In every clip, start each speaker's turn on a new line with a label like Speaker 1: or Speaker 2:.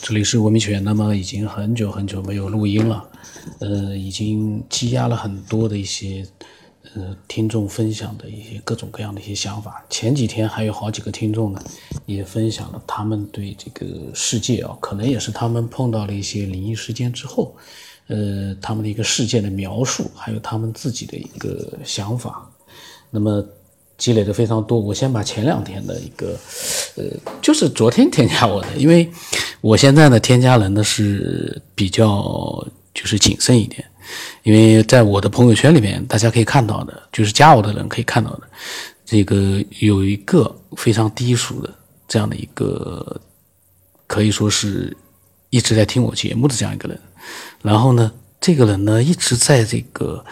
Speaker 1: 这里是文明犬。那么已经很久很久没有录音了，已经积压了很多的一些听众分享的一些各种各样的一些想法。前几天还有好几个听众呢，也分享了他们对这个世界可能也是他们碰到了一些灵异事件之后，他们的一个事件的描述，还有他们自己的一个想法。那么积累的非常多，我先把前两天的一个就是昨天添加我的，因为我现在呢添加人呢是比较就是谨慎一点，因为在我的朋友圈里面大家可以看到的，就是加我的人可以看到的，这个有一个非常低俗的这样的一个可以说是一直在听我节目的这样一个人，然后呢这个人呢一直在这个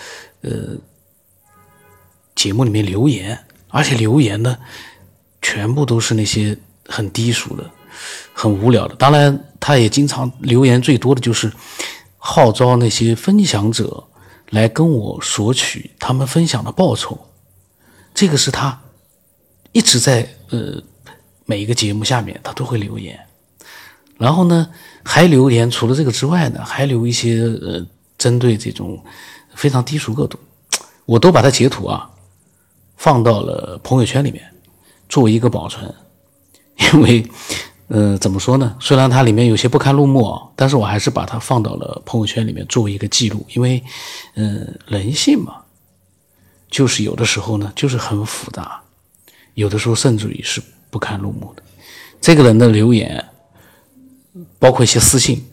Speaker 1: 节目里面留言，而且留言呢全部都是那些很低俗的很无聊的，当然他也经常留言最多的就是号召那些分享者来跟我索取他们分享的报酬，这个是他一直在每一个节目下面他都会留言，然后呢还留言，除了这个之外呢还留一些针对这种非常低俗恶毒，我都把它截图放到了朋友圈里面作为一个保存。因为怎么说呢，虽然它里面有些不堪入目但是我还是把它放到了朋友圈里面作为一个记录。因为人性嘛，就是有的时候呢就是很复杂，有的时候甚至于是不堪入目的。这个人的留言包括一些私信，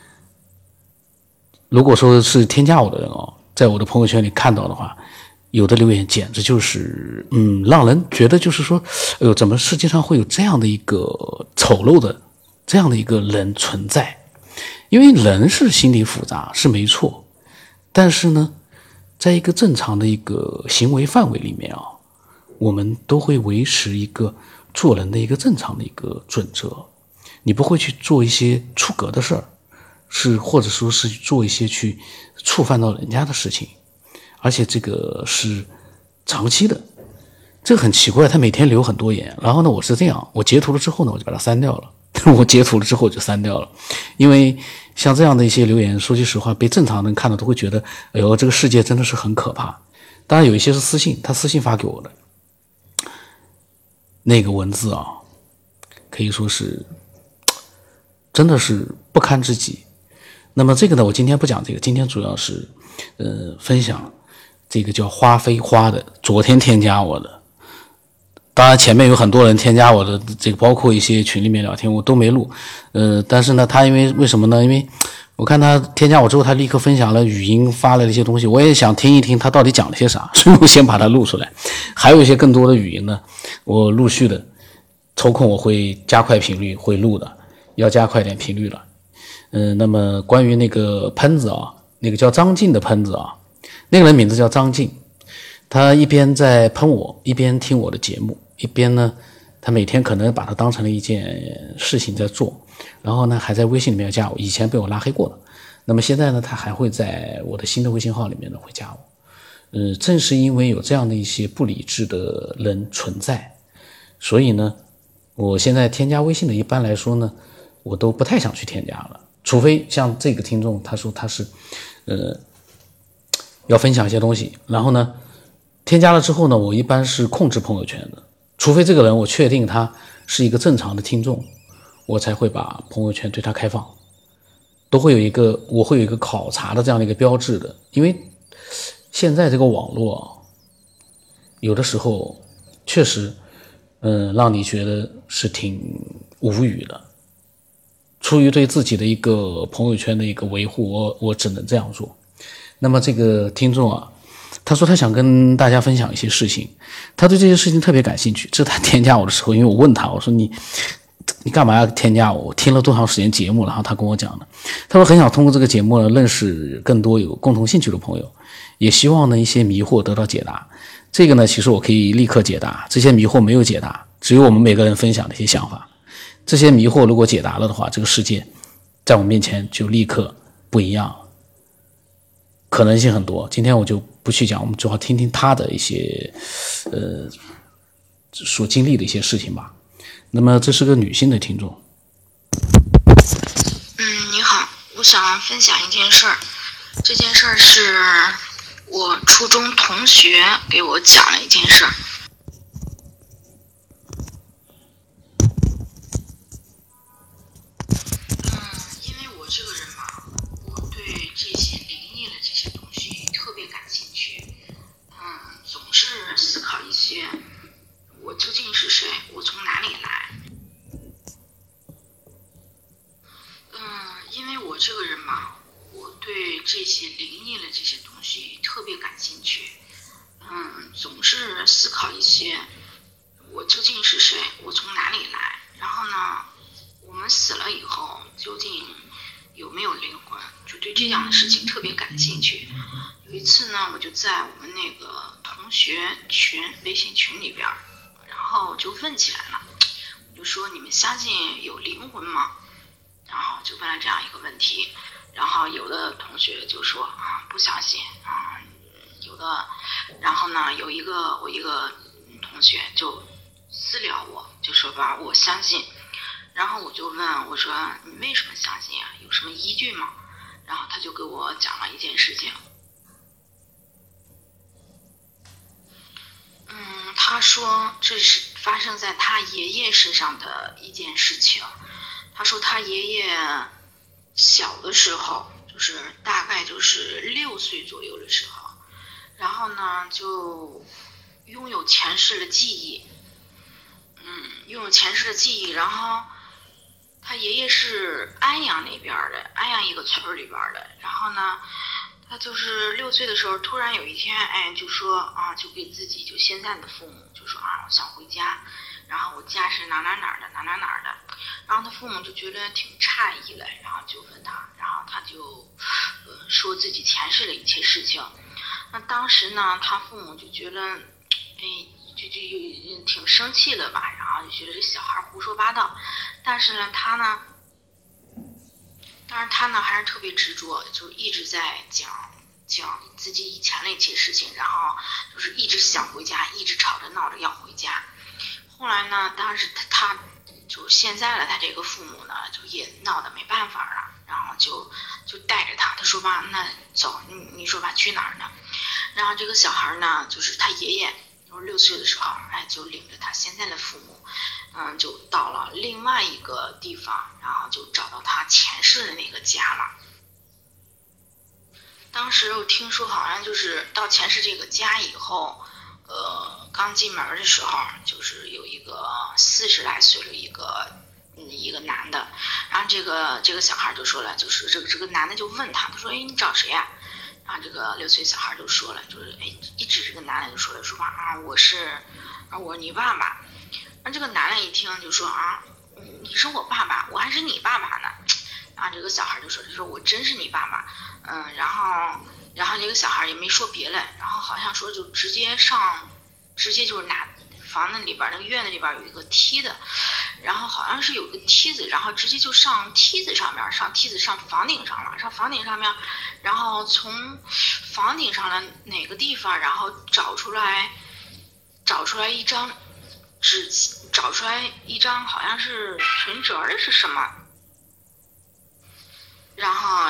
Speaker 1: 如果说是添加我的人在我的朋友圈里看到的话，有的留言简直就是让人觉得就是说怎么世界上会有这样的一个丑陋的这样的一个人存在。因为人是心理复杂是没错，但是呢在一个正常的一个行为范围里面我们都会维持一个做人的一个正常的一个准则，你不会去做一些出格的事儿，或者说是做一些去触犯到人家的事情，而且这个是长期的。这个很奇怪，他每天留很多言，然后呢我是这样，我截图了之后呢我就把它删掉了我截图了之后就删掉了。因为像这样的一些留言说句实话被正常人看到都会觉得哎呦这个世界真的是很可怕。当然有一些是私信，他私信发给我的那个文字可以说是真的是不堪之极。那么这个呢我今天不讲这个，今天主要是分享这个叫花非花的，昨天添加我的。当然前面有很多人添加我的，这个包括一些群里面聊天我都没录。但是呢他因为什么呢，因为我看他添加我之后他立刻分享了语音发来的一些东西，我也想听一听他到底讲了些啥，所以我先把它录出来。还有一些更多的语音呢我陆续的抽空我会加快频率会录的，要加快点频率了。那么关于那个喷子那个叫张晋的喷子那个人名字叫张晋，他一边在喷我一边听我的节目，一边呢他每天可能把它当成了一件事情在做，然后呢还在微信里面加我，以前被我拉黑过了，那么现在呢他还会在我的新的微信号里面呢会加我。正是因为有这样的一些不理智的人存在，所以呢我现在添加微信的一般来说呢我都不太想去添加了，除非像这个听众他说他是要分享一些东西，然后呢添加了之后呢我一般是控制朋友圈的，除非这个人我确定他是一个正常的听众，我才会把朋友圈对他开放，我会有一个考察的这样的一个标志的。因为现在这个网络有的时候确实让你觉得是挺无语的，出于对自己的一个朋友圈的一个维护我只能这样做。那么这个听众他说他想跟大家分享一些事情，他对这些事情特别感兴趣。这是他添加我的时候，因为我问他，我说你干嘛要添加我，我听了多长时间节目，然后他跟我讲的，他说很想通过这个节目呢认识更多有共同兴趣的朋友，也希望呢一些迷惑得到解答。这个呢其实我可以立刻解答，这些迷惑没有解答，只有我们每个人分享的一些想法。这些迷惑如果解答了的话，这个世界在我面前就立刻不一样了，可能性很多。今天我就不去讲，我们主要听听他的一些所经历的一些事情吧。那么这是个女性的听众，
Speaker 2: 我想分享一件事儿，这件事儿是我初中同学给我讲了一件事儿。因为我这个人嘛，我对这些灵异的这些东西特别感兴趣，总是思考一些我究竟是谁，我从哪里来。因为我这个人嘛，我对这些灵异的这些东西特别感兴趣，总是思考一些我究竟是谁，我从哪里来，然后呢，我们死了以后究竟有没有灵魂，就对这样的事情特别感兴趣。有一次呢，我就在我们那个同学群微信群里边，然后就问起来了，我就说你们相信有灵魂吗？然后就问了这样一个问题，然后有的同学就说不相信有的，然后呢我一个同学就私聊我，就说吧我相信，然后我就问我说你为什么相信啊？有什么依据吗？然后他就给我讲了一件事情。他说这是发生在他爷爷身上的一件事情。他说他爷爷小的时候，就是大概就是6岁左右的时候，然后呢就拥有前世的记忆，然后他爷爷是安阳那边的，安阳一个村里边的，然后呢他就是6岁的时候，突然有一天，就说就给自己就现在的父母就说我想回家，然后我家是哪的，然后他父母就觉得挺诧异的，然后就问他，然后他就说自己前世的一切事情。那当时呢，他父母就觉得，就挺生气的吧，然后就觉得这小孩胡说八道，但是他呢还是特别执着，就一直在讲自己以前的一些事情，然后就是一直想回家，一直吵着闹着要回家。后来呢，当时他就现在的他这个父母呢，就也闹得没办法了，然后就带着他说吧，那走，你说吧去哪儿呢？然后这个小孩呢，就是他爷爷，就是6岁的时候，就领着他现在的父母，就到了另外一个地方，然后就找到他前世的那个家了。当时我听说好像就是到前世这个家以后，刚进门的时候，就是有一个40来岁的一个男的，然后这个小孩就说了，就是这个男的就问他说，你找谁呀？然后这个6岁小孩就说了，就是一指这个男的就说了，说我是你爸爸。然后这个男的一听就说你是我爸爸，我还是你爸爸呢。然后这个小孩就说我真是你爸爸。然后这个小孩也没说别的，然后好像说就直接就是拿房子里边那个院子里边有一个梯子，然后好像是有个梯子，然后直接就上梯子上房顶上了，上房顶上面，然后从房顶上的哪个地方，然后找出来一张纸，找出来一张好像是存折的是什么，然后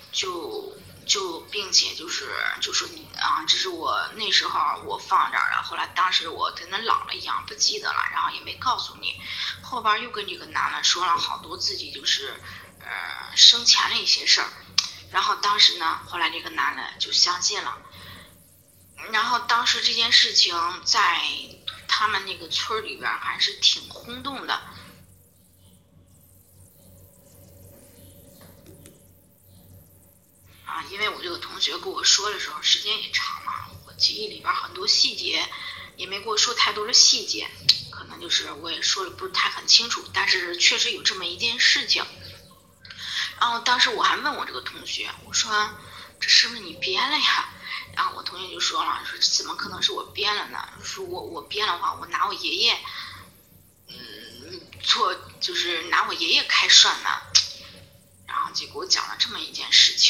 Speaker 2: 并且就说这是我那时候我放这儿了，后来当时我跟那老了一样不记得了，然后也没告诉你。后边又跟这个男的说了好多自己就是生前的一些事儿，然后当时呢，后来这个男的就相信了，然后当时这件事情在他们那个村里边还是挺轰动的。因为我这个同学跟我说的时候时间也长了，我记忆里边很多细节也没跟我说太多的细节，可能就是我也说的不是太很清楚，但是确实有这么一件事情。然后当时我还问我这个同学，我说这是不是你编了呀？然后我同学就说了，说怎么可能是我编了呢？说我编的话，我拿我爷爷就是拿我爷爷开涮呢。然后就给我讲了这么一件事情。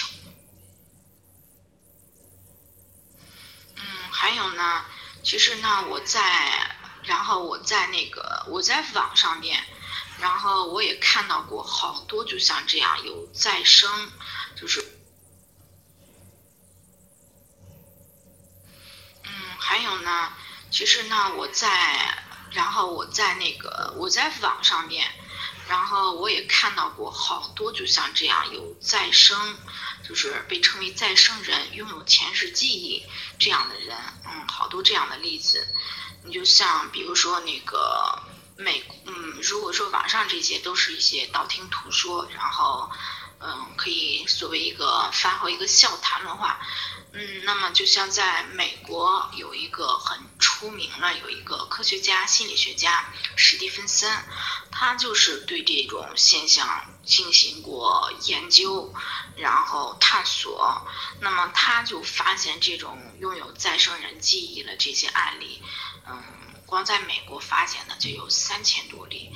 Speaker 2: 还有呢，其实呢，我在网上面然后我也看到过好多就像这样有再生，就是还有呢，其实呢我在网上面，然后我也看到过好多就像这样有再生，就是被称为再生人，拥有前世记忆这样的人，好多这样的例子。你就像比如说那个如果说网上这些都是一些道听途说，然后可以作为一个饭后一个笑谈的话，那么就像在美国有一个很出名的有一个科学家心理学家史蒂芬森，他就是对这种现象进行过研究，然后探索，那么他就发现这种拥有再生人记忆的这些案例，光在美国发现的就有3000多例，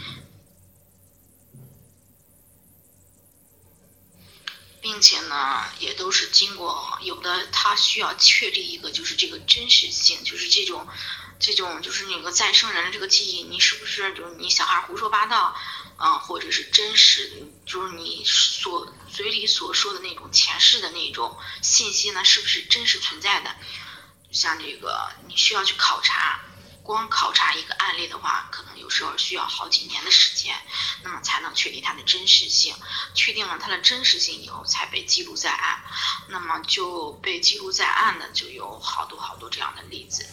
Speaker 2: 并且呢也都是经过有的他需要确立一个就是这个真实性，就是这种就是那个再生人的这个记忆，你是不是就是你小孩胡说八道或者是真实，就是你嘴里所说的那种前世的那种信息呢是不是真实存在的，像这个你需要去考察，光考察一个案例的话可能有时候需要好几年的时间，那么才能确定它的真实性，确定了它的真实性以后才被记录在案，那么就被记录在案的就有好多这样的例子，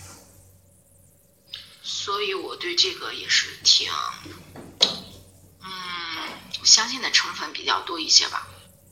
Speaker 2: 所以我对这个也是挺相信的成分比较多一些吧。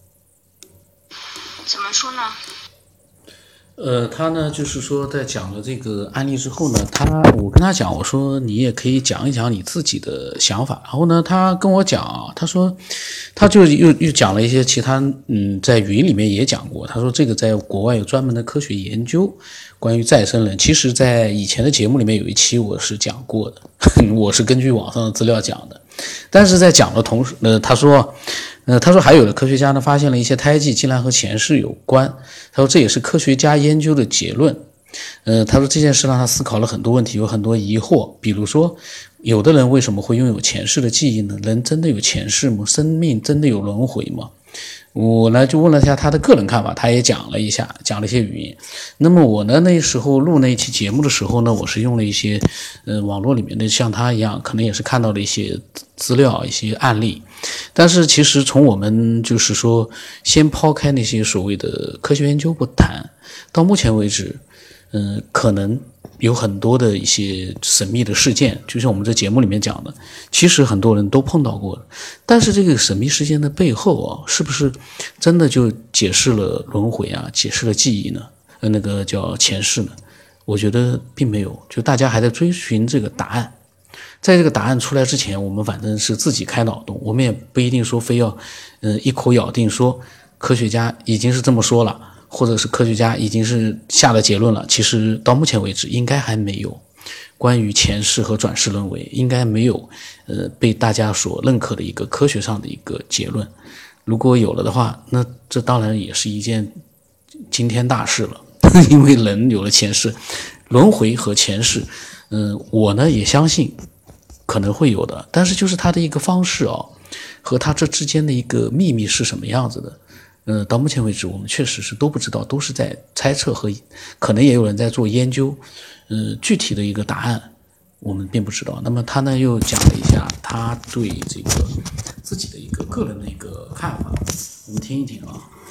Speaker 2: 怎么说呢，
Speaker 1: 他呢，就是说，在讲了这个案例之后呢，我跟他讲，我说你也可以讲一讲你自己的想法。然后呢，他跟我讲，他说，他就又讲了一些其他，在语音里面也讲过。他说这个在国外有专门的科学研究，关于再生人。其实，在以前的节目里面有一期我是讲过的，我是根据网上的资料讲的。但是在讲的同时，他说还有的科学家呢发现了一些胎记竟然和前世有关，他说这也是科学家研究的结论。他说这件事让他思考了很多问题，有很多疑惑，比如说有的人为什么会拥有前世的记忆呢？人真的有前世吗？生命真的有轮回吗？我呢就问了一下他的个人看法，他也讲了一些语音。那么我呢那时候录那一期节目的时候呢，我是用了一些网络里面的像他一样，可能也是看到了一些资料、一些案例。但是其实从我们就是说先抛开那些所谓的科学研究不谈，到目前为止可能有很多的一些神秘的事件，就像我们这节目里面讲的，其实很多人都碰到过的。但是这个神秘事件的背后是不是真的就解释了轮回解释了记忆呢？那个叫前世呢？我觉得并没有，就大家还在追寻这个答案。在这个答案出来之前，我们反正是自己开脑洞，我们也不一定说非要一口咬定说科学家已经是这么说了，或者是科学家已经是下了结论了。其实到目前为止应该还没有关于前世和转世轮回应该没有被大家所认可的一个科学上的一个结论。如果有了的话，那这当然也是一件惊天大事了因为人有了前世轮回和前世我呢也相信可能会有的，但是就是它的一个方式和它这之间的一个秘密是什么样子的到目前为止我们确实是都不知道，都是在猜测和可能也有人在做研究具体的一个答案我们并不知道。那么他呢又讲了一下他对这个自己的一个个人的一个看法，我们听一听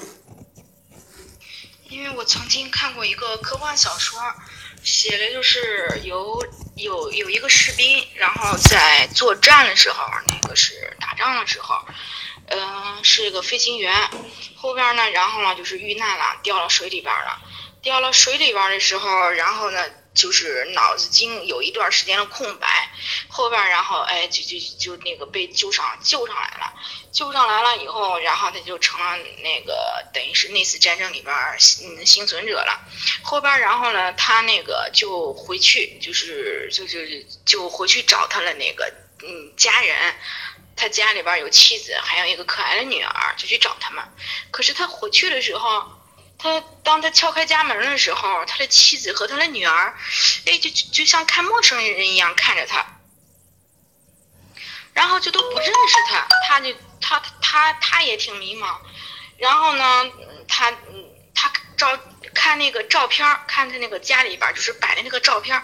Speaker 2: 因为我曾经看过一个科幻小说，写的就是有一个士兵，然后在作战的时候，那个是打仗的时候，是一个飞行员，后边呢，然后呢就是遇难了，掉到水里边了。掉到水里边的时候，然后呢就是脑子有一段时间的空白，后边然后就那个被救上来了。救上来了以后，然后他就成了那个等于是那次战争里边幸存者了。后边然后呢，他那个就回去，就回去找他的那个家人，他家里边有妻子，还有一个可爱的女儿，就去找他们。可是他回去的时候，当他敲开家门的时候，他的妻子和他的女儿，就像看陌生人一样看着他。 然后就都不认识他，他也挺迷茫。然后呢，他看那个照片，看他那个家里边就是摆的那个照片，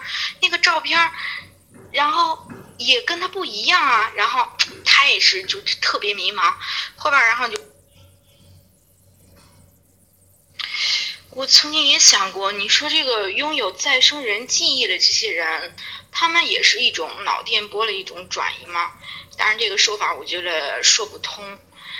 Speaker 2: 然后也跟他不一样啊。然后他也是就特别迷茫。后边然后就，我曾经也想过，你说这个拥有再生人记忆的这些人，他们也是一种脑电波的一种转移吗？当然这个说法我觉得说不通。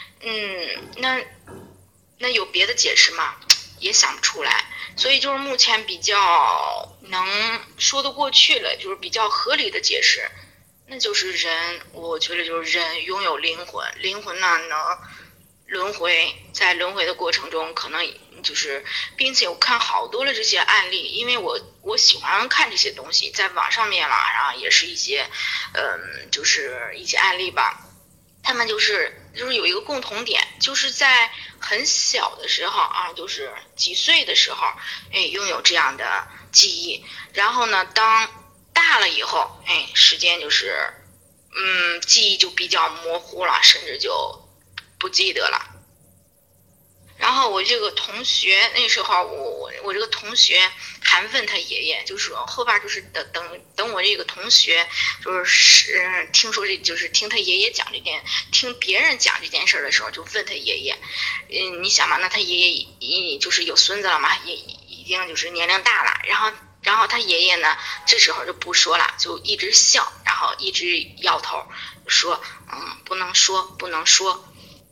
Speaker 2: 那有别的解释吗？也想不出来。所以就是目前比较能说得过去了，就是比较合理的解释，那就是人，我觉得就是人拥有灵魂，灵魂呢能轮回，在轮回的过程中可能就是，并且我看好多的这些案例，因为我喜欢看这些东西，在网上面了，然后也是一些就是一些案例吧。他们就是有一个共同点，就是在很小的时候啊，就是几岁的时候，拥有这样的记忆。然后呢，当大了以后，时间就是记忆就比较模糊了，甚至就不记得了。然后我这个同学那时候，我这个同学还问他爷爷，就是说后边就是等我这个同学就是听说就是听他爷爷讲听别人讲这件事的时候，就问他爷爷，你想嘛，那他爷爷就是有孙子了嘛，也已经就是年龄大了，然后他爷爷呢，这时候就不说了，就一直笑，然后一直摇头，说不能说，不能说。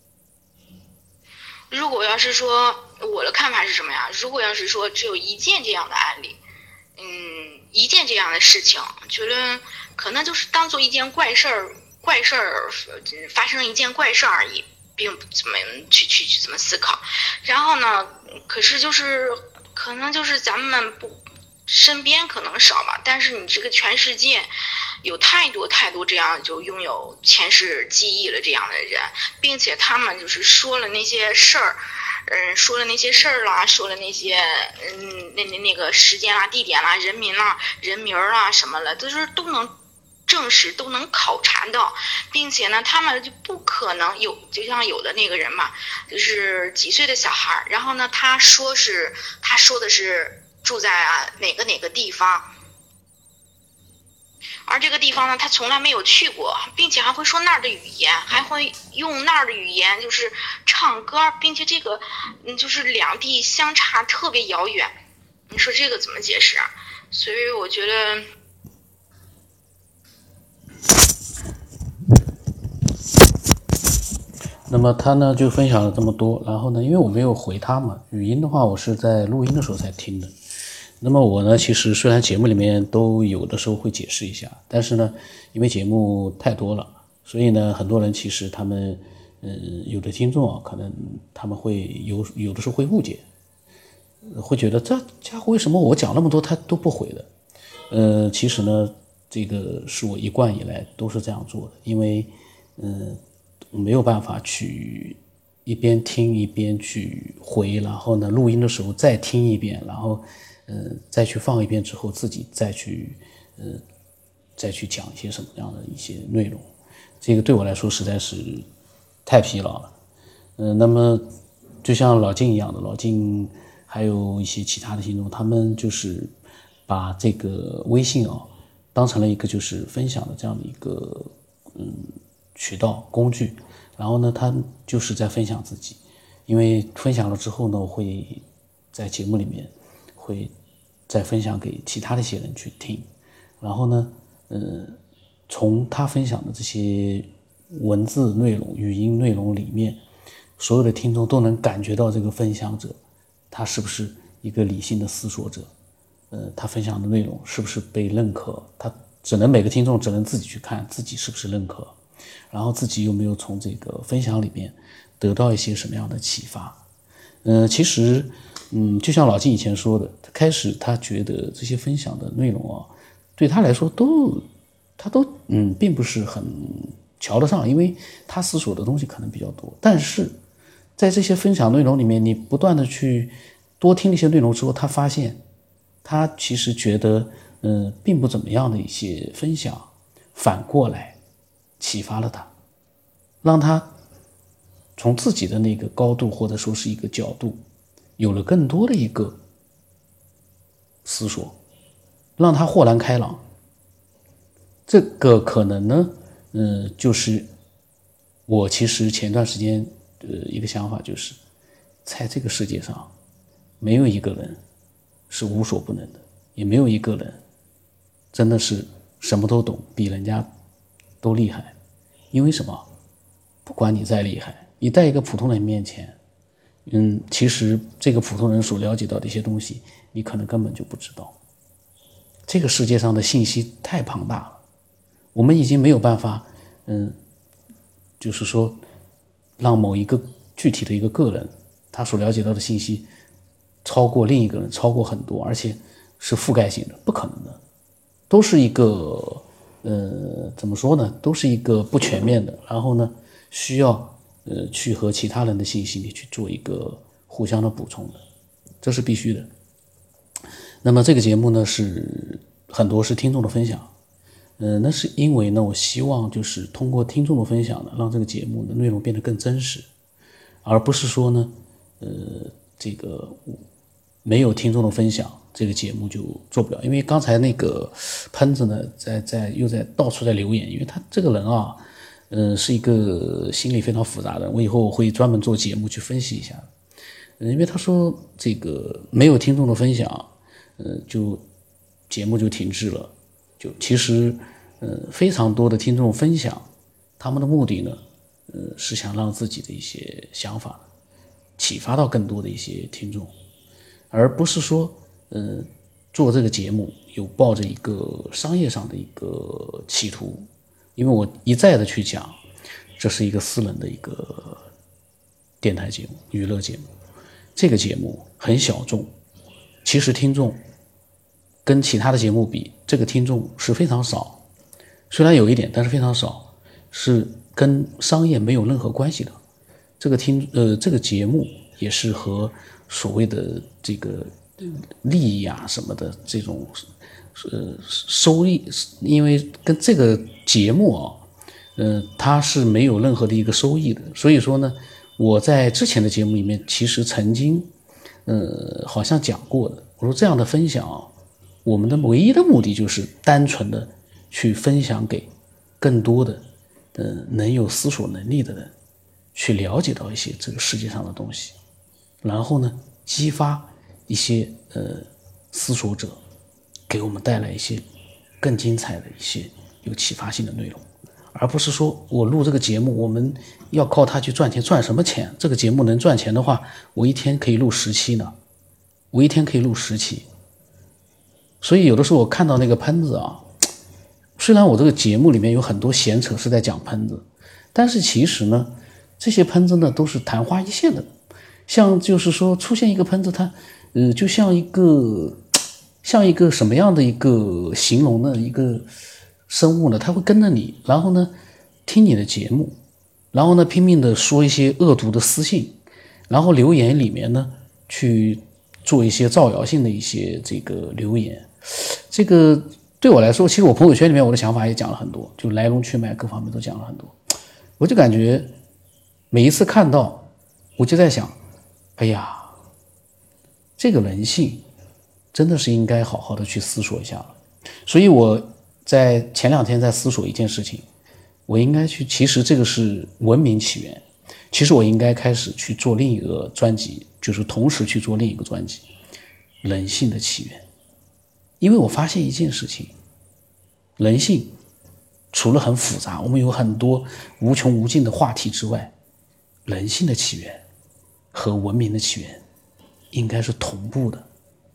Speaker 2: 如果要是说，我的看法是什么呀？如果要是说只有一件这样的案例，一件这样的事情，觉得可能就是当做一件怪事儿发生一件怪事而已，并不怎么去怎么思考。然后呢，可是就是可能就是咱们身边可能少吧，但是你这个全世界有太多这样就拥有前世记忆了这样的人，并且他们就是说了那些事儿，说了那些事儿啦，说了那些那个时间啦、地点啦、人名啦、人名啦什么了，都能证实，都能考察到，并且呢，他们就不可能就像有的那个人嘛，就是几岁的小孩，然后呢，他说的是住在哪个地方。而这个地方呢，他从来没有去过，并且还会说那儿的语言，还会用那儿的语言就是唱歌，并且这个就是两地相差特别遥远，你说这个怎么解释啊？所以我觉得
Speaker 1: 那么他呢就分享了这么多，然后呢，因为我没有回他嘛，语音的话我是在录音的时候才听的。那么我呢，其实虽然节目里面都有的时候会解释一下，但是呢，因为节目太多了，所以呢，很多人其实他们，有的听众啊，可能他们会有的时候会误解，会觉得这家伙为什么我讲那么多他都不回的？其实呢，这个是我一贯以来都是这样做的，因为没有办法去一边听一边去回，然后呢，录音的时候再听一遍，然后再去放一遍之后，自己再去讲一些什么样的一些内容，这个对我来说实在是太疲劳了。那么就像老金一样的，老金还有一些其他的听众，他们就是把这个微信当成了一个就是分享的这样的一个渠道工具，然后呢，他就是在分享自己，因为分享了之后呢，我会在节目里面会再分享给其他的一些人去听，然后呢，从他分享的这些文字内容、语音内容里面，所有的听众都能感觉到这个分享者他是不是一个理性的思索者，他分享的内容是不是被认可，他每个听众只能自己去看自己是不是认可，然后自己有没有从这个分享里面得到一些什么样的启发。其实就像老金以前说的，开始他觉得这些分享的内容对他来说他都并不是很瞧得上，因为他思索的东西可能比较多，但是在这些分享内容里面，你不断的去多听一些内容之后，他发现他其实觉得并不怎么样的一些分享，反过来启发了他，让他从自己的那个高度或者说是一个角度有了更多的一个思索，让他豁然开朗。这个可能呢就是我其实前段时间一个想法，就是在这个世界上没有一个人是无所不能的，也没有一个人真的是什么都懂，比人家都厉害。因为什么？不管你再厉害，你在一个普通人面前，其实这个普通人所了解到的一些东西，你可能根本就不知道。这个世界上的信息太庞大了，我们已经没有办法，就是说，让某一个具体的一个个人，他所了解到的信息超过另一个人，超过很多，而且是覆盖性的，不可能的，都是一个怎么说呢？都是一个不全面的，然后呢，需要去和其他人的信息里去做一个互相的补充的，这是必须的。那么这个节目呢，是很多是听众的分享，那是因为呢，我希望就是通过听众的分享呢，让这个节目的内容变得更真实，而不是说呢，这个没有听众的分享，这个节目就做不了。因为刚才那个喷子呢，又在到处在留言，因为他这个人啊，是一个心理非常复杂的，我以后会专门做节目去分析一下。因为他说这个没有听众的分享，就节目就停滞了。就其实，非常多的听众分享，他们的目的呢，是想让自己的一些想法启发到更多的一些听众，而不是说，做这个节目有抱着一个商业上的一个企图。因为我一再的去讲，这是一个私人的一个电台节目、娱乐节目，这个节目很小众，其实听众跟其他的节目比，这个听众是非常少，虽然有一点，但是非常少，是跟商业没有任何关系的。这个节目也是和所谓的这个利益啊什么的这种收益，因为跟这个节目啊，它是没有任何的一个收益的。所以说呢，我在之前的节目里面其实曾经好像讲过的，我说这样的分享啊，我们的唯一的目的就是单纯的去分享给更多的能有思索能力的人，去了解到一些这个世界上的东西，然后呢，激发一些思索者，给我们带来一些更精彩的一些有启发性的内容，而不是说我录这个节目，我们要靠它去赚钱，赚什么钱？这个节目能赚钱的话，我一天可以录10期呢，我一天可以录10期。所以有的时候我看到那个喷子啊，虽然我这个节目里面有很多闲扯是在讲喷子，但是其实呢，这些喷子呢都是昙花一现的。像就是说出现一个喷子，他就像一个什么样的一个形容的一个生物呢？他会跟着你，然后呢听你的节目，然后呢拼命的说一些恶毒的私信，然后留言里面呢去做一些造谣性的一些这个留言。这个对我来说，其实我朋友圈里面我的想法也讲了很多，就来龙去脉各方面都讲了很多。我就感觉每一次看到，我就在想，哎呀，这个人性真的是应该好好的去思索一下了。所以我在前2天在思索一件事情，我应该去，其实这个是文明起源，其实我应该开始去做另一个专辑，就是同时去做另一个专辑，人性的起源。因为我发现一件事情，人性除了很复杂，我们有很多无穷无尽的话题之外，人性的起源和文明的起源应该是同步的，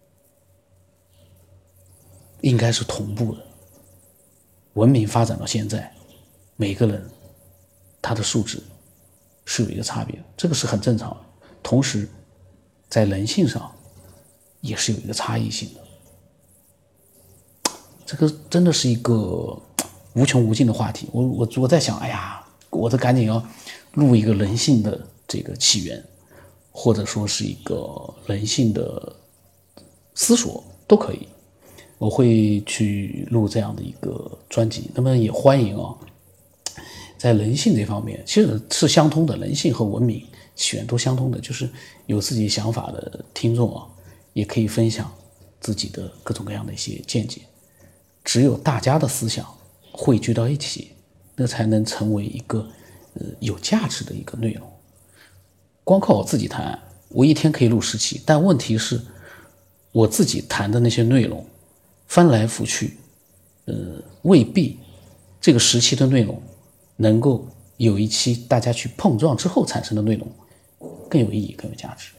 Speaker 1: 应该是同步的。文明发展到现在，每个人他的素质是有一个差别的，这个是很正常的。同时在人性上也是有一个差异性的。这个真的是一个无穷无尽的话题。我在想，哎呀，我这赶紧要录一个人性的这个起源，或者说是一个人性的思索都可以，我会去录这样的一个专辑。那么也欢迎在人性这方面其实是相通的，人性和文明起源都相通的，就是有自己想法的听众啊，也可以分享自己的各种各样的一些见解。只有大家的思想汇聚到一起，那才能成为一个有价值的一个内容。光靠我自己谈，我一天可以录10期，但问题是我自己谈的那些内容翻来覆去，未必这个10期的内容能够有一期大家去碰撞之后产生的内容更有意义更有价值。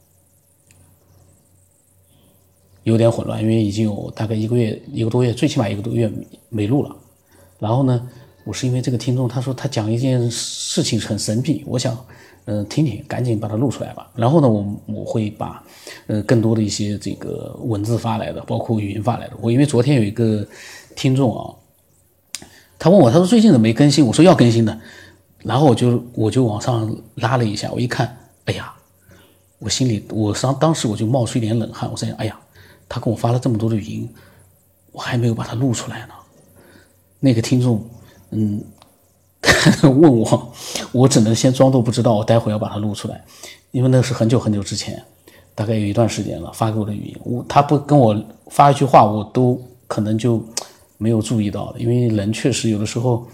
Speaker 1: 有点混乱，因为已经有大概一个多月，最起码1个多月没录了。然后呢，我是因为这个听众他说他讲一件事情很神秘，我想听听，赶紧把它录出来吧。然后呢，我会把更多的一些这个文字发来的，包括语音发来的。我因为昨天有一个听众啊，他问我，他说最近怎么没更新？我说要更新的。然后我就往上拉了一下，我一看，哎呀，我心里当时我就冒出一点冷汗，我在想，哎呀，他跟我发了这么多的语音，我还没有把它录出来呢。那个听众问我只能先装作不知道，我待会要把它录出来，因为那是很久很久之前，大概有一段时间了发给我的语音，他不跟我发一句话，我都可能就没有注意到了。因为人确实有的时候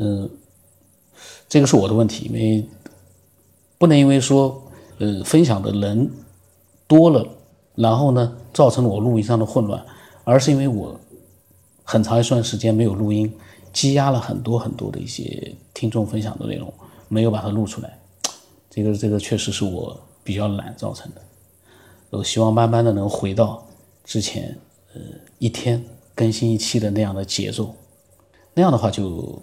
Speaker 1: 这个是我的问题，因为不能因为说分享的人多了，然后呢造成了我录音上的混乱，而是因为我很长一段时间没有录音，积压了很多很多的一些听众分享的内容，没有把它录出来。这个确实是我比较懒造成的。我希望慢慢的能回到之前一天更新1期的那样的节奏，那样的话就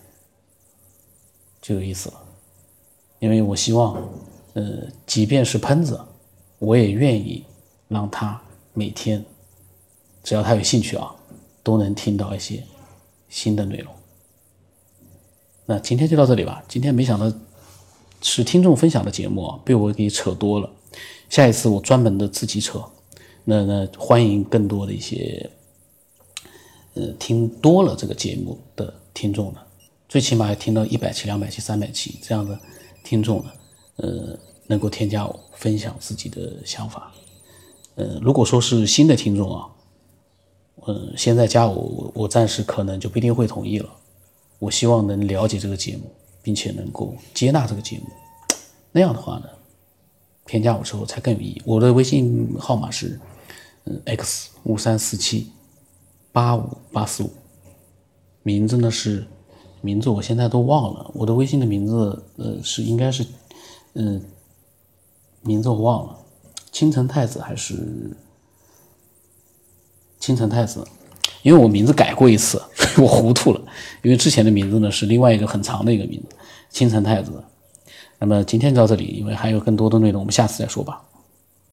Speaker 1: 有意思了。因为我希望即便是喷子，我也愿意让他每天只要他有兴趣啊，都能听到一些新的内容。那今天就到这里吧。今天没想到是听众分享的节目啊，被我给扯多了。下一次我专门的自己扯。那欢迎更多的一些听多了这个节目的听众呢，最起码要听到100期、200期、300期这样的听众呢，能够添加我分享自己的想法。如果说是新的听众啊，现在加我暂时可能就不一定会同意了。我希望能了解这个节目，并且能够接纳这个节目，那样的话呢，添加我之后才更有意义。我的微信号码是X5347858545，名字呢是我现在都忘了，我的微信的名字应该是名字我忘了，青城太子还是青城太子，因为我名字改过一次，所以我糊涂了。因为之前的名字呢是另外一个很长的一个名字，青城太子。那么今天就到这里，因为还有更多的内容，我们下次再说吧。